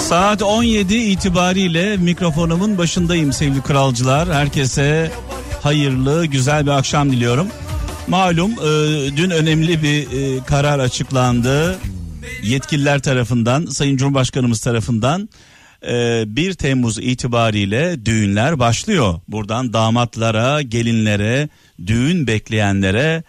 Saat 17 itibariyle mikrofonumun başındayım sevgili kralcılar. Herkese hayırlı, güzel bir akşam diliyorum. Malum dün önemli bir karar açıklandı. Yetkililer tarafından, Sayın Cumhurbaşkanımız tarafından 1 Temmuz itibariyle düğünler başlıyor. Buradan damatlara, gelinlere, düğün bekleyenlere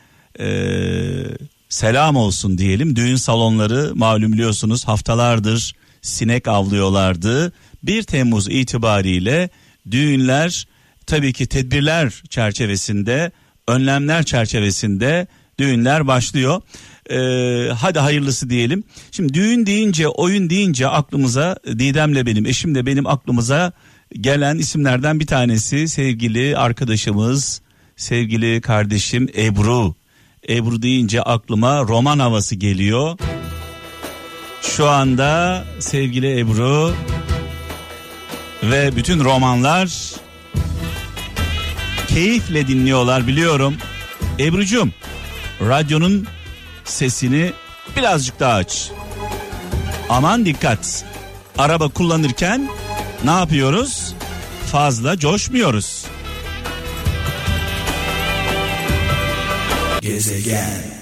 selam olsun diyelim. Düğün salonları malum biliyorsunuz haftalardır sinek avlıyorlardı. 1 Temmuz itibariyle düğünler tabii ki tedbirler çerçevesinde, önlemler çerçevesinde düğünler başlıyor. Hadi hayırlısı diyelim. Şimdi düğün deyince, oyun deyince aklımıza, Didem'le benim, eşim de benim aklımıza gelen isimlerden bir tanesi sevgili arkadaşımız, sevgili kardeşim Ebru. Ebru deyince aklıma roman havası geliyor. Şu anda sevgili Ebru ve bütün romanlar keyifle dinliyorlar biliyorum. Ebru'cum, radyonun sesini birazcık daha aç. Aman dikkat. Araba kullanırken ne yapıyoruz? Fazla coşmuyoruz. Gezegen.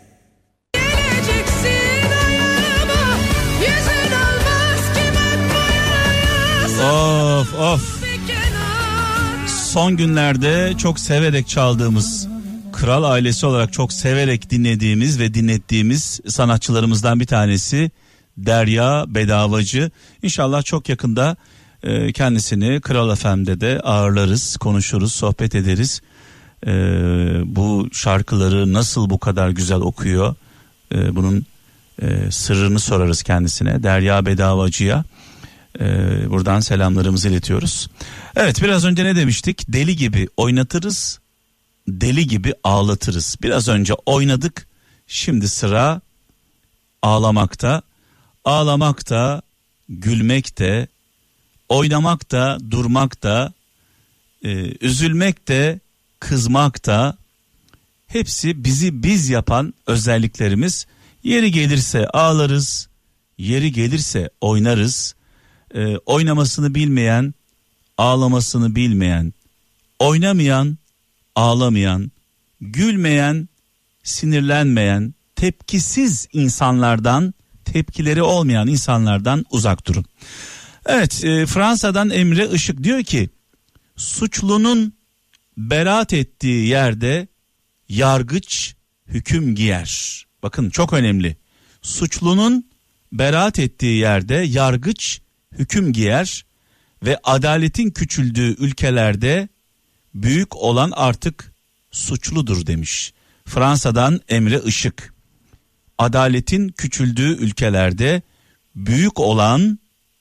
Of. Son günlerde çok severek çaldığımız, Kral ailesi olarak çok severek dinlediğimiz ve dinlettiğimiz sanatçılarımızdan bir tanesi Derya Bedavacı. İnşallah çok yakında kendisini Kral FM'de de ağırlarız, konuşuruz, sohbet ederiz. Bu şarkıları nasıl bu kadar güzel okuyor? Bunun sırrını sorarız kendisine, Derya Bedavacı'ya. Buradan selamlarımızı iletiyoruz. Evet, biraz önce ne demiştik? Deli gibi oynatırız, deli gibi ağlatırız. Biraz önce oynadık, şimdi sıra ağlamakta. Ağlamak da, gülmek de, oynamak da, durmak da, üzülmek de, kızmak da, hepsi bizi biz yapan özelliklerimiz. Yeri gelirse ağlarız, yeri gelirse oynarız. Oynamasını bilmeyen, ağlamasını bilmeyen, oynamayan, ağlamayan, gülmeyen, sinirlenmeyen, tepkisiz insanlardan, tepkileri olmayan insanlardan uzak durun. Evet, Fransa'dan Emre Işık diyor ki, suçlunun beraat ettiği yerde yargıç hüküm giyer. Bakın çok önemli. Suçlunun beraat ettiği yerde yargıç hüküm giyer ve adaletin küçüldüğü ülkelerde büyük olan artık suçludur demiş. Fransa'dan Emre Işık. Adaletin küçüldüğü ülkelerde büyük olan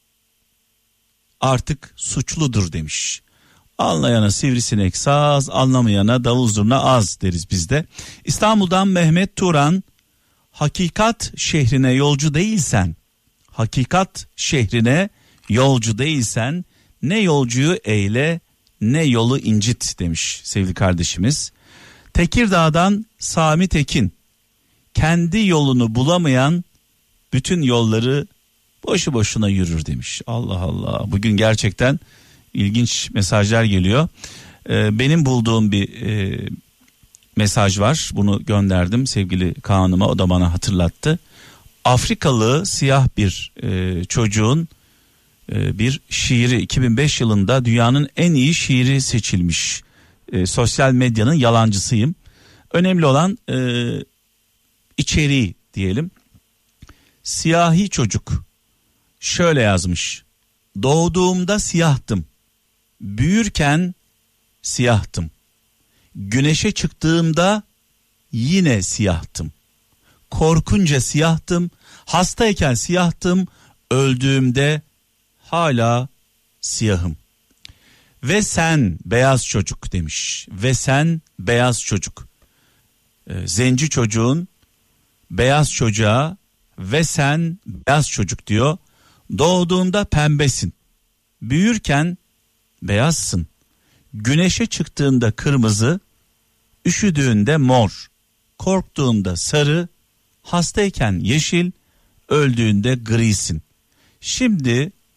artık suçludur demiş. Anlayana sivrisinek saz, anlamayana davul zurna az deriz biz de. İstanbul'dan Mehmet Turan, hakikat şehrine yolcu değilsen, hakikat şehrine yolcu değilsen ne yolcuyu eyle ne yolu incit demiş sevgili kardeşimiz. Tekirdağ'dan Sami Tekin, kendi yolunu bulamayan bütün yolları boşu boşuna yürür demiş. Allah Allah, bugün gerçekten ilginç mesajlar geliyor. Benim bulduğum bir mesaj var, bunu gönderdim sevgili Kaan'ıma, o da bana hatırlattı. Afrikalı siyah bir çocuğun bir şiiri 2005 yılında dünyanın en iyi şiiri seçilmiş. Sosyal medyanın yalancısıyım. Önemli olan içeriği diyelim. Siyahi çocuk şöyle yazmış: doğduğumda siyahtım, büyürken siyahtım, güneşe çıktığımda yine siyahtım, korkunca siyahtım, hastayken siyahtım, öldüğümde hala siyahım. Ve sen beyaz çocuk demiş. Ve sen beyaz çocuk. Zenci çocuğun beyaz çocuğa ve sen beyaz çocuk diyor. Doğduğunda pembesin, büyürken beyazsın, güneşe çıktığında kırmızı, üşüdüğünde mor, korktuğunda sarı, hastayken yeşil, öldüğünde grisin. Şimdi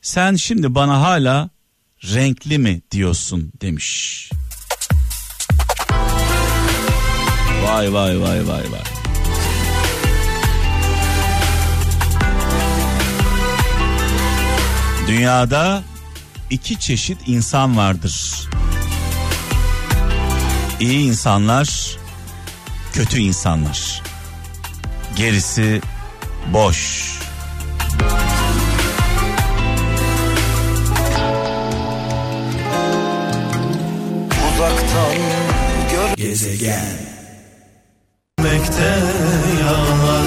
Sen şimdi bana hala renkli mi diyorsun demiş. Vay vay vay vay vay. Dünyada iki çeşit insan vardır. İyi insanlar, kötü insanlar. Gerisi boş. Uzaktan gör gezegen. Mekte yalan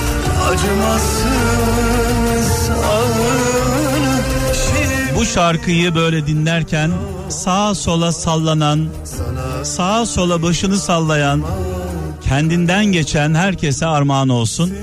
acımasız ağını. Bu şarkıyı böyle dinlerken sağa sola sallanan, sağa sola başını sallayan, kendinden geçen herkese armağan olsun.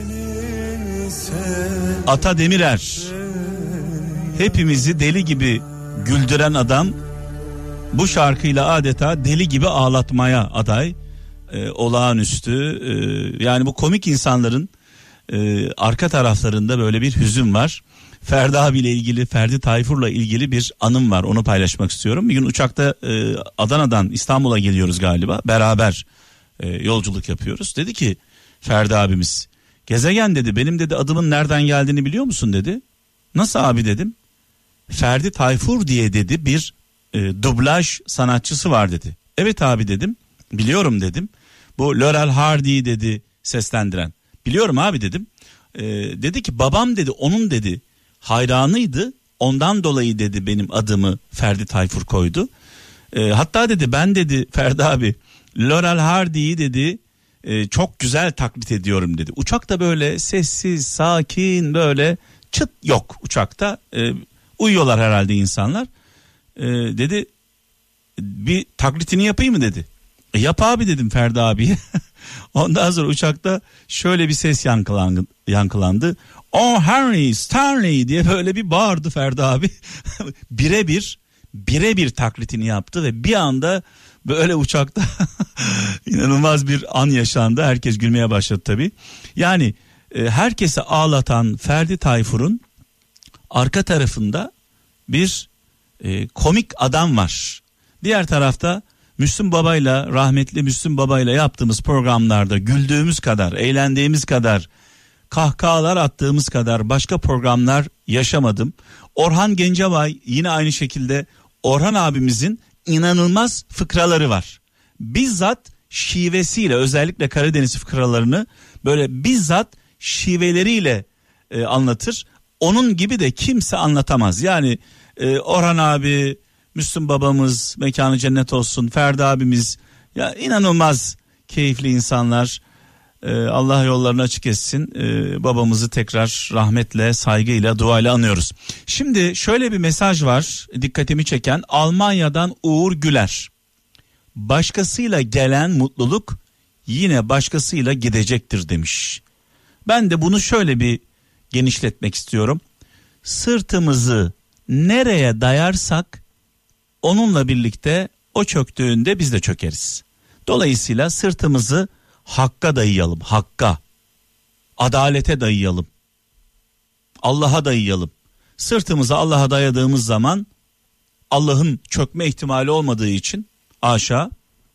Ata Demirer, hepimizi deli gibi güldüren adam, bu şarkıyla adeta deli gibi ağlatmaya aday. Olağanüstü, yani bu komik insanların arka taraflarında böyle bir hüzün var. Ferdi abiyle ilgili, Ferdi Tayfur'la ilgili bir anım var, onu paylaşmak istiyorum. Bir gün uçakta Adana'dan İstanbul'a geliyoruz galiba, beraber yolculuk yapıyoruz. Dedi ki Ferdi abimiz, gezegen dedi, benim dedi adımın nereden geldiğini biliyor musun dedi. Nasıl abi dedim. Ferdi Tayfur diye dedi bir dublaj sanatçısı var dedi. Evet abi dedim, biliyorum dedim. Bu Laurel Hardy'yi dedi seslendiren. Biliyorum abi dedim. Dedi ki babam dedi onun dedi hayranıydı. Ondan dolayı dedi benim adımı Ferdi Tayfur koydu. Hatta dedi ben dedi Ferdi abi Laurel Hardy'yi dedi çok güzel taklit ediyorum dedi. Uçakta böyle sessiz, sakin, böyle çıt yok uçakta. Uyuyorlar herhalde insanlar. Dedi bir taklitini yapayım mı dedi. Yap abi dedim Ferdi abiye. Ondan sonra uçakta şöyle bir ses yankılandı. Oh Henry Stanley diye böyle bir bağırdı Ferdi abi. birebir taklitini yaptı ve bir anda böyle uçakta inanılmaz bir an yaşandı. Herkes gülmeye başladı tabii. Yani herkesi ağlatan Ferdi Tayfur'un arka tarafında bir komik adam var. Diğer tarafta Müslüm Baba'yla, rahmetli Müslüm Baba'yla yaptığımız programlarda güldüğümüz kadar, eğlendiğimiz kadar, kahkahalar attığımız kadar başka programlar yaşamadım. Orhan Gencebay yine aynı şekilde, Orhan abimizin inanılmaz fıkraları var. Bizzat şivesiyle, özellikle Karadeniz fıkralarını böyle bizzat şiveleriyle anlatır. Onun gibi de kimse anlatamaz. Yani Orhan abi, Müslüm babamız, mekanı cennet olsun, Ferdi abimiz, ya inanılmaz keyifli insanlar. Allah yollarını açık etsin. Babamızı tekrar rahmetle, saygıyla, duayla anıyoruz. Şimdi şöyle bir mesaj var dikkatimi çeken. Almanya'dan Uğur Güler. Başkasıyla gelen mutluluk yine başkasıyla gidecektir demiş. Ben de bunu şöyle bir genişletmek istiyorum. Sırtımızı nereye dayarsak onunla birlikte o çöktüğünde biz de çökeriz. Dolayısıyla sırtımızı hakka dayayalım, hakka, adalete dayayalım, Allah'a dayayalım. Sırtımızı Allah'a dayadığımız zaman Allah'ın çökme ihtimali olmadığı için aşağı,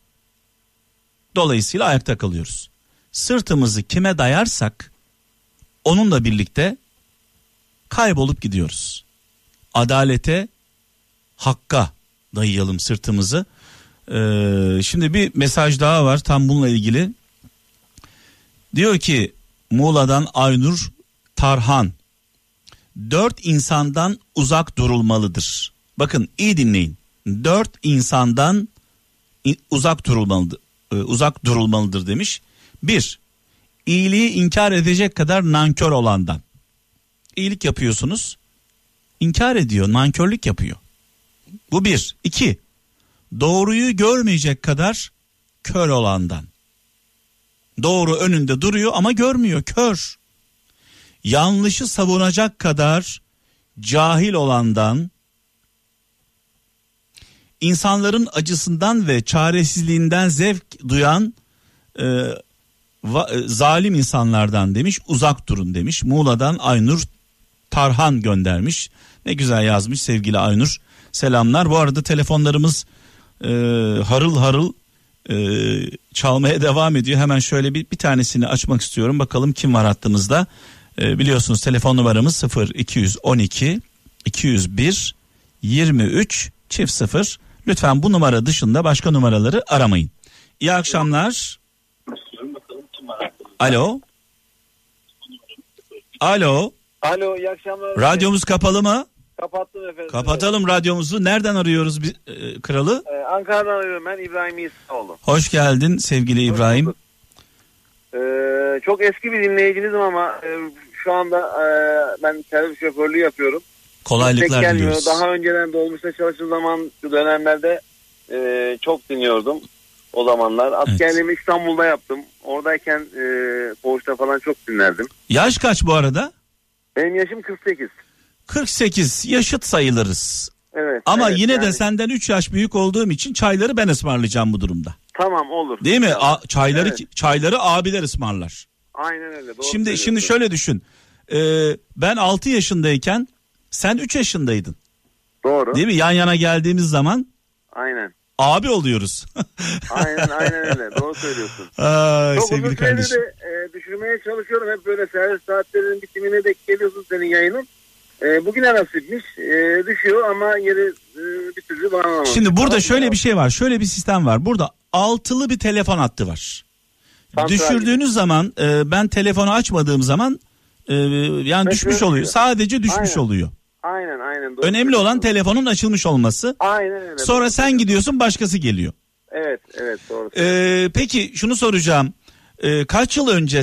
dolayısıyla ayakta kalıyoruz. Sırtımızı kime dayarsak onunla birlikte kaybolup gidiyoruz. Adalete, hakka dayayalım sırtımızı. Şimdi bir mesaj daha var tam bununla ilgili. Diyor ki Muğla'dan Aynur Tarhan, 4 insandan uzak durulmalıdır. Bakın iyi dinleyin. 4 insandan uzak durulmalıdır demiş. 1. İyiliği inkar edecek kadar nankör olandan. İyilik yapıyorsunuz, inkar ediyor, nankörlük yapıyor. Bu 1. 2. Doğruyu görmeyecek kadar kör olandan. Doğru önünde duruyor ama görmüyor, kör. Yanlışı savunacak kadar cahil olandan. İnsanların acısından ve çaresizliğinden zevk duyan zalim insanlardan demiş, uzak durun demiş. Muğla'dan Aynur Tarhan göndermiş. Ne güzel yazmış sevgili Aynur. Selamlar. Bu arada telefonlarımız harıl harıl çalmaya devam ediyor. Hemen şöyle bir tanesini açmak istiyorum. Bakalım kim var hattımızda. Biliyorsunuz telefon numaramız 0212 201 23 0. Lütfen bu numara dışında başka numaraları aramayın. İyi akşamlar. Alo. Alo. Alo, iyi akşamlar. Radyomuz kapalı mı? Kapattım efendim. Kapatalım radyomuzu. Nereden arıyoruz kralı? Ankara'dan arıyorum ben, İbrahim İsaoğlu. Hoş geldin sevgili İbrahim. Çok eski bir dinleyicinizim ama şu anda ben servis şoförlüğü yapıyorum. Kolaylıklar diliyoruz. Daha önceden dolmuşta çalıştığım zaman şu dönemlerde çok dinliyordum o zamanlar. Askerliğimi İstanbul'da yaptım. Oradayken Koğuş'ta falan çok dinlerdim. Yaş kaç bu arada? Benim yaşım 48. 48 yaşıt sayılırız. Evet. Ama evet, yine de senden 3 yaş büyük olduğum için çayları ben ısmarlayacağım bu durumda. Tamam, olur. Değil mi? Evet. Çayları abiler ısmarlar. Aynen öyle. Doğru Şimdi şöyle düşün. Ben 6 yaşındayken sen 3 yaşındaydın. Doğru. Değil mi? Yan yana geldiğimiz zaman aynen. Abi oluyoruz. aynen öyle. Doğru söylüyorsun. Çok sevgili kardeşim. De düşürmeye çalışıyorum. Hep böyle servis saatlerinin bitimine denk geliyorsun senin yayının. Bugüne nasipmiş. Düşüyor ama yeri bir türlü bağlanamamış. Şimdi burada şöyle bir şey var. Şöyle bir sistem var. Burada altılı bir telefon hattı var. Düşürdüğünüz zaman ben telefonu açmadığım zaman yani düşmüş oluyor. Sadece düşmüş oluyor. Aynen. Doğru. Önemli olan telefonun açılmış olması. Aynen öyle. Sonra sen gidiyorsun, başkası geliyor. Evet doğru. Peki şunu soracağım. Kaç yıl önce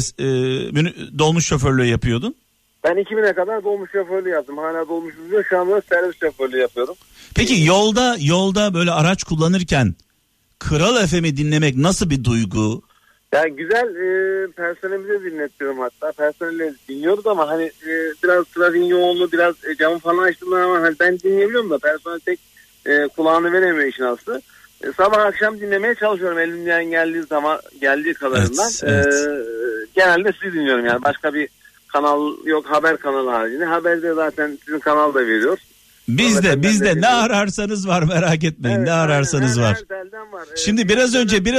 dolmuş şoförlüğü yapıyordun? Ben 2000'e kadar dolmuş şoförlüğü yaptım. Hala dolmuş şoförlüğü. Şu anda servis şoförlüğü yapıyorum. Peki yolda böyle araç kullanırken Kral FM'i dinlemek nasıl bir duygu? Yani güzel, personelimize dinletiyorum hatta. Personelle dinliyoruz ama hani biraz trafiğin yoğunluğu, biraz camı falan açtığımda ama hani ben dinleyebiliyorum da personel tek kulağını veremiyor işin aslı. Sabah akşam dinlemeye çalışıyorum elimden geldiği kadarından. Evet. Genelde sizi dinliyorum yani. Başka bir kanal yok, haber kanalı haricinde. Haberde zaten sizin kanal da veriyor. Bizde ne ararsanız var, merak etmeyin. Evet, ne ararsanız var. Şimdi biraz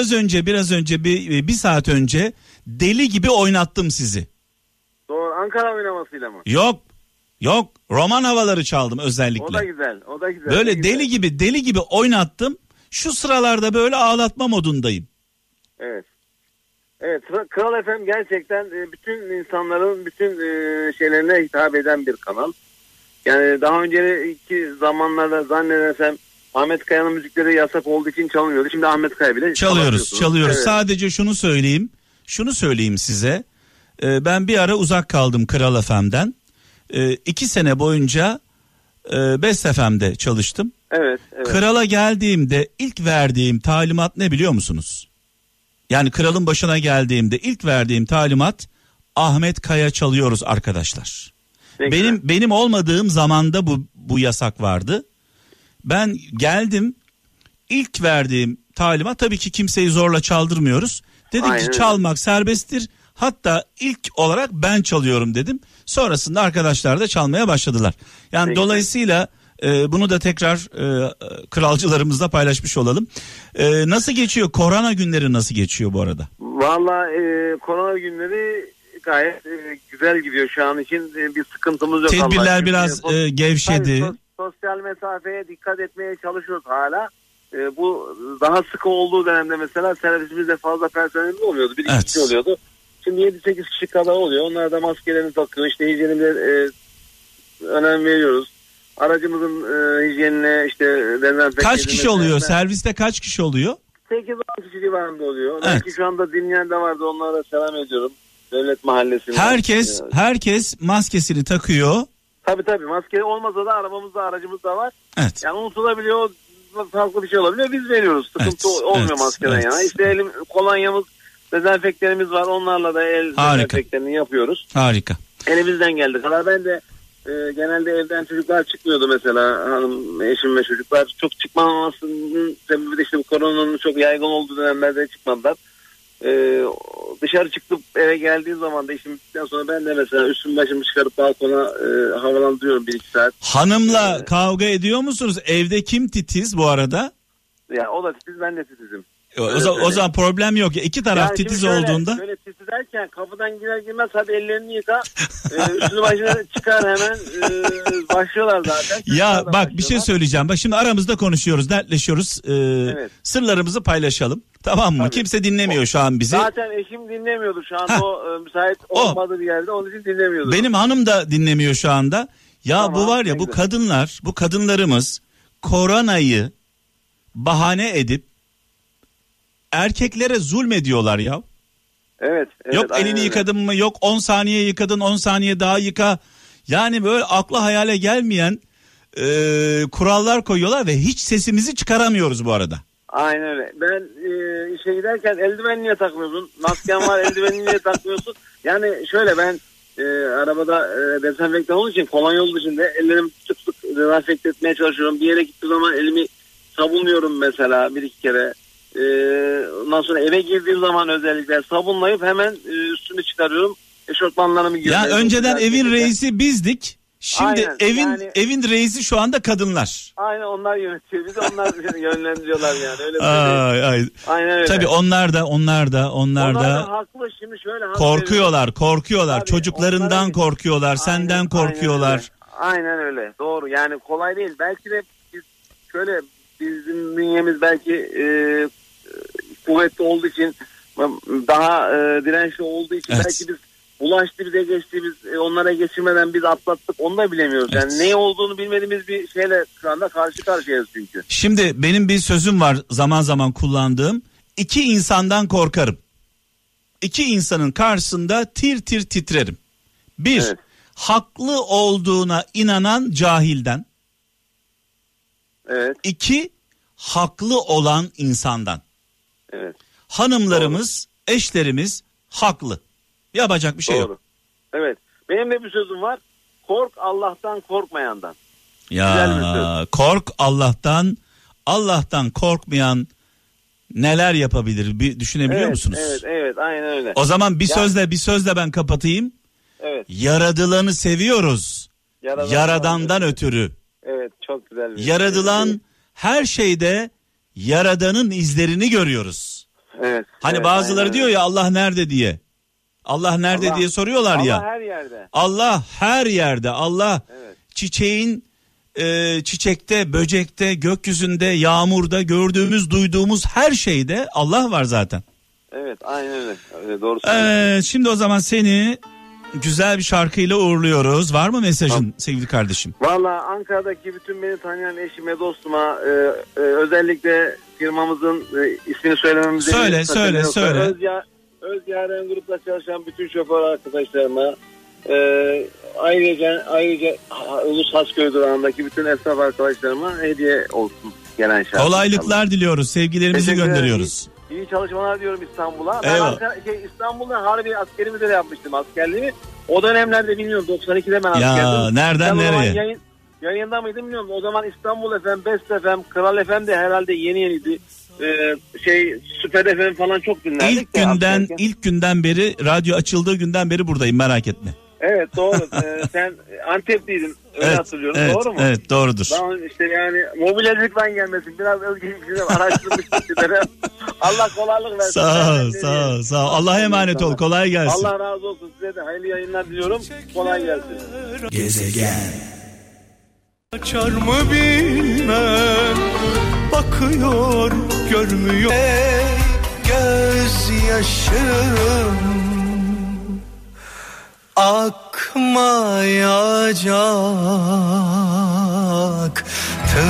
önce bir saat önce deli gibi oynattım sizi. Doğru, Ankara oynamasıyla mı? Yok, roman havaları çaldım özellikle. O da güzel. Böyle deli gibi oynattım. Şu sıralarda böyle ağlatma modundayım. Evet. Kral FM gerçekten bütün insanların bütün şeylerine hitap eden bir kanal. Yani daha önceki zamanlarda zannedersem Ahmet Kaya'nın müzikleri yasak olduğu için çalınıyordu. Şimdi Ahmet Kaya bile çalıyoruz. Evet. Sadece şunu söyleyeyim size. Ben bir ara uzak kaldım Kral FM'den. 2 sene boyunca Best FM'de çalıştım. Evet. Kral'a geldiğimde ilk verdiğim talimat ne biliyor musunuz? Yani Kral'ın başına geldiğimde ilk verdiğim talimat Ahmet Kaya çalıyoruz arkadaşlar. Benim olmadığım zamanda bu yasak vardı. Ben geldim, ilk verdiğim talimat, tabii ki kimseyi zorla çaldırmıyoruz. Dedik ki çalmak serbesttir. Hatta ilk olarak ben çalıyorum dedim. Sonrasında arkadaşlar da çalmaya başladılar. Yani dolayısıyla bunu da tekrar kralcılarımızla paylaşmış olalım. Nasıl geçiyor? Korona günleri nasıl geçiyor bu arada? Vallahi korona günleri gayet güzel gidiyor şu an için. Bir sıkıntımız yok. Tedbirler biraz gevşedi. Sosyal mesafeye dikkat etmeye çalışıyoruz hala. Bu daha sıkı olduğu dönemde mesela servisimizde fazla personelimiz oluyordu. Bir iki kişi oluyordu. Şimdi 7-8 kişi kadar oluyor. Onlar da maskelerini takıyor. İşte hijyenine önem veriyoruz. Aracımızın hijyenine işte dezenfekte. Kaç kişi oluyor? Serviste kaç kişi oluyor? 8-10 kişi civarında oluyor. Evet. Belki şu anda dinleyen de vardı. Onlara da selam ediyorum. Devlet Mahallesi'nde. Herkes maskesini takıyor. Tabii maske olmasa da arabamızda, aracımızda var. Evet. Yani unutulabiliyor, farklı bir şey olabiliyor. Biz veriyoruz. Sıkıntı olmuyor maskeden yana. İşte kolonyamız, dezenfektanımız var. Onlarla da el dezenfektanını yapıyoruz. Harika. Elimizden geldiği kadar. Ben de genelde evden çocuklar çıkmıyordu mesela. Hanım, eşim ve çocuklar çok çıkmamasının sebebi de işte bu koronanın çok yaygın olduğu dönemlerde çıkmadılar. dışarı çıkıp eve geldiğim zaman da işim bittikten sonra ben de mesela üstümü başımı çıkarıp balkona havalandırıyorum 1-2 saat. Hanımla kavga ediyor musunuz? Evde kim titiz bu arada? Ya o da titiz, ben de titizim. O zaman problem yok. İki taraf yani titiz olduğunda. Şöyle titiz derken kapıdan girer girmez hadi ellerini yıka. Üstünü başına çıkar hemen başlıyorlar zaten. Ya bak bir şey söyleyeceğim. Bak şimdi aramızda konuşuyoruz, dertleşiyoruz. Evet. Sırlarımızı paylaşalım. Tamam mı? Tabii. Kimse dinlemiyor şu an bizi. Zaten eşim dinlemiyordu şu anda. O müsait olmadığı bir yerde, onun için dinlemiyordu. Benim hanım da dinlemiyor şu anda. Ya tamam, bu var ya, bu kadınlar, bu kadınlarımız koronayı bahane edip erkeklere zulmediyorlar ya. Evet. Yok elini yıkadın mı? Yok 10 saniye yıkadın, 10 saniye daha yıka. Yani böyle akla hayale gelmeyen kurallar koyuyorlar ve hiç sesimizi çıkaramıyoruz bu arada. Aynen öyle. Ben işe giderken eldiven niye takmıyorsun? Masken var, eldivenini niye takmıyorsun? Yani şöyle, ben arabada dezenfektan olduğu için, kolonya olduğu için de ellerimi sık sık dezenfekte etmeye çalışıyorum. Bir yere gittiğim zaman elimi sabunluyorum mesela 1-2 kere. Ondan sonra eve girdiğim zaman özellikle sabunlayıp hemen üstümü çıkarıyorum. Eşofmanlarımı giyiyorum. Ya önceden evin reisi bizdik. Şimdi aynen, evin reisi şu anda kadınlar. Aynen, onlar yönetiyor. Bizi onlar yönlendiriyorlar yani. Öyle ay. Aynen öyle. Tabii onlar da haklı. Şimdi şöyle korkuyorlar. Tabii, çocuklarından korkuyorlar, senden korkuyorlar. Aynen öyle. Doğru. Yani kolay değil. Belki de bizim bünyemiz belki kuvvetli olduğu için, daha dirençli olduğu için belki biz bulaştı, bize geçti, biz onlara geçirmeden biz atlattık, onu da bilemiyoruz. Evet. Yani ne olduğunu bilmediğimiz bir şeyle şu anda karşı karşıyayız çünkü. Şimdi benim bir sözüm var zaman zaman kullandığım. 2 insandan korkarım. 2 insanın karşısında tir tir titrerim. 1, haklı olduğuna inanan cahilden. Evet. 2, haklı olan insandan. Evet. Hanımlarımız, eşlerimiz haklı. Yapacak bir şey yok. Evet. Benim de bir sözüm var. Kork Allah'tan korkmayandan. Ya kork Allah'tan korkmayan neler yapabilir? Bir düşünebiliyor musunuz? Evet, aynen öyle. O zaman bir sözle ben kapatayım. Evet. Yaradılanı seviyoruz. Yaradandan ötürü. Evet, çok güzel. Yaradılan her şeyde Yaradan'ın izlerini görüyoruz. Evet. Hani bazıları diyor ya, Allah nerede diye. Allah nerede diye soruyorlar ya. Allah her yerde. Allah her yerde. Allah çiçeğin çiçekte, böcekte, gökyüzünde, yağmurda, gördüğümüz, duyduğumuz her şeyde Allah var zaten. Evet, aynen öyle. Doğru söylüyorsun. Şimdi o zaman seni güzel bir şarkıyla uğurluyoruz. Var mı mesajın sevgili kardeşim? Valla Ankara'daki bütün beni tanıyan eşime, dostuma, özellikle firmamızın ismini söylememize... Söyle. Özyaren Grup'ta çalışan bütün şoför arkadaşlarıma, ayrıca Ulus Hasköy durağındaki bütün esnaf arkadaşlarıma hediye olsun gelen şarkı. Kolaylıklar diliyoruz. Sevgilerimizi gönderiyoruz. İyi çalışmalar diyorum İstanbul'a. Ben İstanbul'da harbi askerimizi de yapmıştım, askerliğimi. O dönemlerde bilmiyorum, 92'de ben askerdim. Ya nereden nereye? Yayında mıydım bilmiyorum. O zaman İstanbul FM, Best FM, Kral FM de herhalde yeniydi. Süper FM falan çok dinlerdik. İlk günden beri, radyo açıldığı günden beri buradayım, merak etme. Evet, doğru. Sen Antep'liydin, öyle hatırlıyorum, doğru mu? Evet, doğrudur. Ben işte yani mobilyacılıktan gelmesin, biraz özgürlükle araştırmıştım. Allah kolaylık versin. Sağ ol. Allah'a emanet ol, kolay gelsin. Allah razı olsun, size de hayırlı yayınlar diliyorum. Kolay gelsin. Gezegen. Açar mı bilmem, bakıyor görmüyor. Gözyaşım akmayacaktı.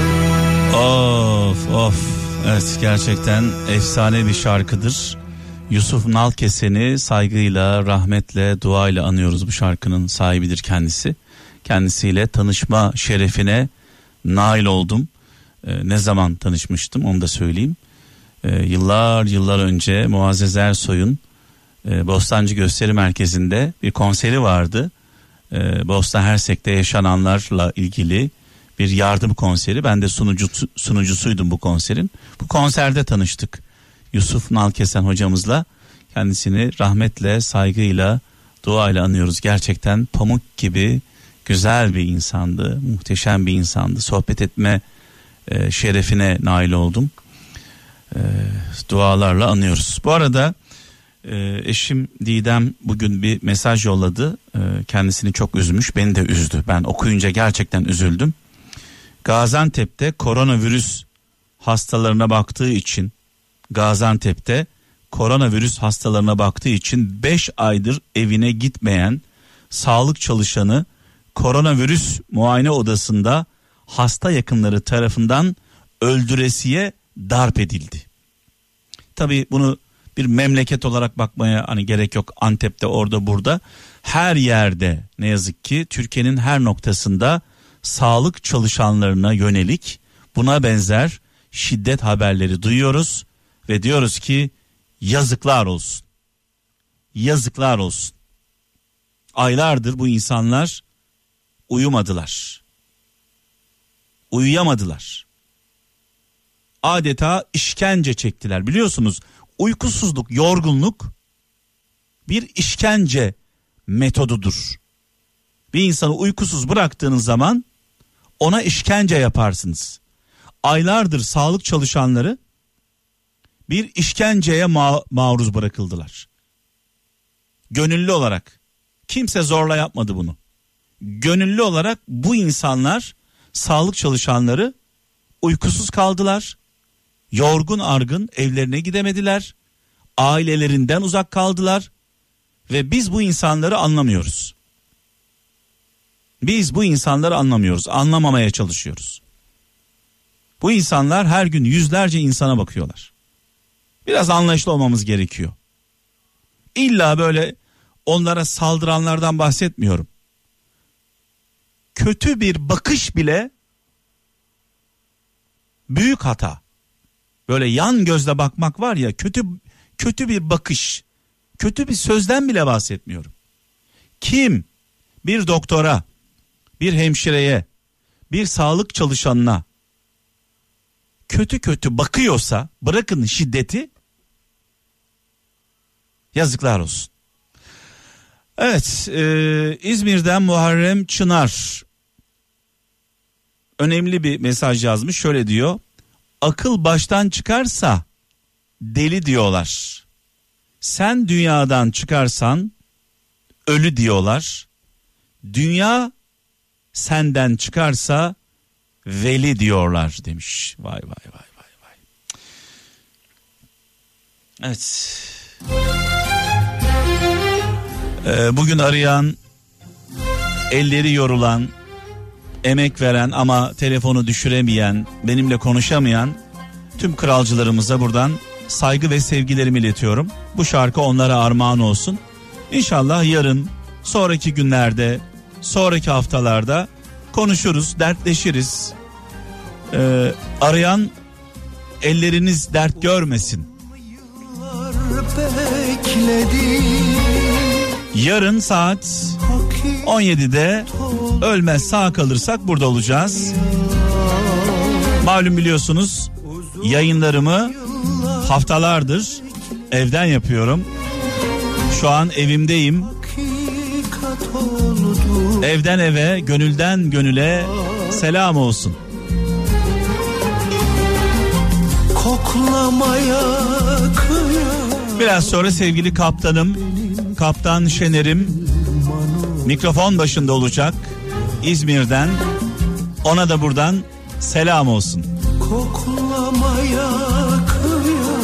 Of. Evet, gerçekten efsane bir şarkıdır. Yusuf Nalkesen'i saygıyla, rahmetle, duayla anıyoruz. Bu şarkının sahibidir kendisi. Kendisiyle tanışma şerefine nail oldum. Ne zaman tanışmıştım onu da söyleyeyim. Yıllar önce Muazzez Ersoy'un Bostancı Gösteri Merkezi'nde bir konseri vardı. Bosna Hersek'te yaşananlarla ilgili bir yardım konseri. Ben de sunucusuydum bu konserin. Bu konserde tanıştık Yusuf Nalkesen hocamızla. Kendisini rahmetle, saygıyla, duayla anıyoruz. Gerçekten pamuk gibi güzel bir insandı, muhteşem bir insandı. Sohbet etme şerefine nail oldum. Dualarla anıyoruz. Bu arada eşim Didem bugün bir mesaj yolladı. Kendisini çok üzmüş, beni de üzdü. Ben okuyunca gerçekten üzüldüm. Gaziantep'te koronavirüs hastalarına baktığı için 5 aydır evine gitmeyen sağlık çalışanı koronavirüs muayene odasında hasta yakınları tarafından öldüresiye darp edildi. Tabii bunu bir memleket olarak bakmaya hani gerek yok. Antep'te, orada, burada, her yerde ne yazık ki Türkiye'nin her noktasında sağlık çalışanlarına yönelik buna benzer şiddet haberleri duyuyoruz ve diyoruz ki yazıklar olsun. Yazıklar olsun. Aylardır bu insanlar uyumadılar. Uyuyamadılar. Adeta işkence çektiler. Biliyorsunuz, uykusuzluk, yorgunluk bir işkence metodudur. Bir insanı uykusuz bıraktığınız zaman ona işkence yaparsınız. Aylardır sağlık çalışanları bir işkenceye maruz bırakıldılar. Gönüllü olarak. Kimse zorla yapmadı bunu. Gönüllü olarak bu insanlar, sağlık çalışanları uykusuz kaldılar. Yorgun argın evlerine gidemediler. Ailelerinden uzak kaldılar. Ve biz bu insanları anlamıyoruz. Biz bu insanları anlamıyoruz. Anlamamaya çalışıyoruz. Bu insanlar her gün yüzlerce insana bakıyorlar. Biraz anlayışlı olmamız gerekiyor. İlla böyle onlara saldıranlardan bahsetmiyorum. Kötü bir bakış bile büyük hata. Böyle yan gözle bakmak var ya, kötü bir bakış, kötü bir sözden bile bahsetmiyorum. Kim bir doktora, bir hemşireye, bir sağlık çalışanına kötü bakıyorsa, bırakın şiddeti, yazıklar olsun. Evet, İzmir'den Muharrem Çınar önemli bir mesaj yazmış. Şöyle diyor: akıl baştan çıkarsa deli diyorlar. Sen dünyadan çıkarsan ölü diyorlar. Dünya senden çıkarsa veli diyorlar demiş. Vay. Evet. Bugün arayan, elleri yorulan, emek veren ama telefonu düşüremeyen, benimle konuşamayan tüm kralcılarımıza buradan saygı ve sevgilerimi iletiyorum. Bu şarkı onlara armağan olsun. İnşallah yarın, sonraki günlerde, sonraki haftalarda konuşuruz, dertleşiriz. Arayan elleriniz dert görmesin. Yarın saat 17'de ölmez sağ kalırsak burada olacağız. Malum biliyorsunuz, yayınlarımı haftalardır evden yapıyorum. Şu an evimdeyim. Evden eve, gönülden gönüle selam olsun. Biraz sonra sevgili kaptanım, Kaptan Şener'im mikrofon başında olacak İzmir'den. Ona da buradan selam olsun. Koklamaya kıyamam.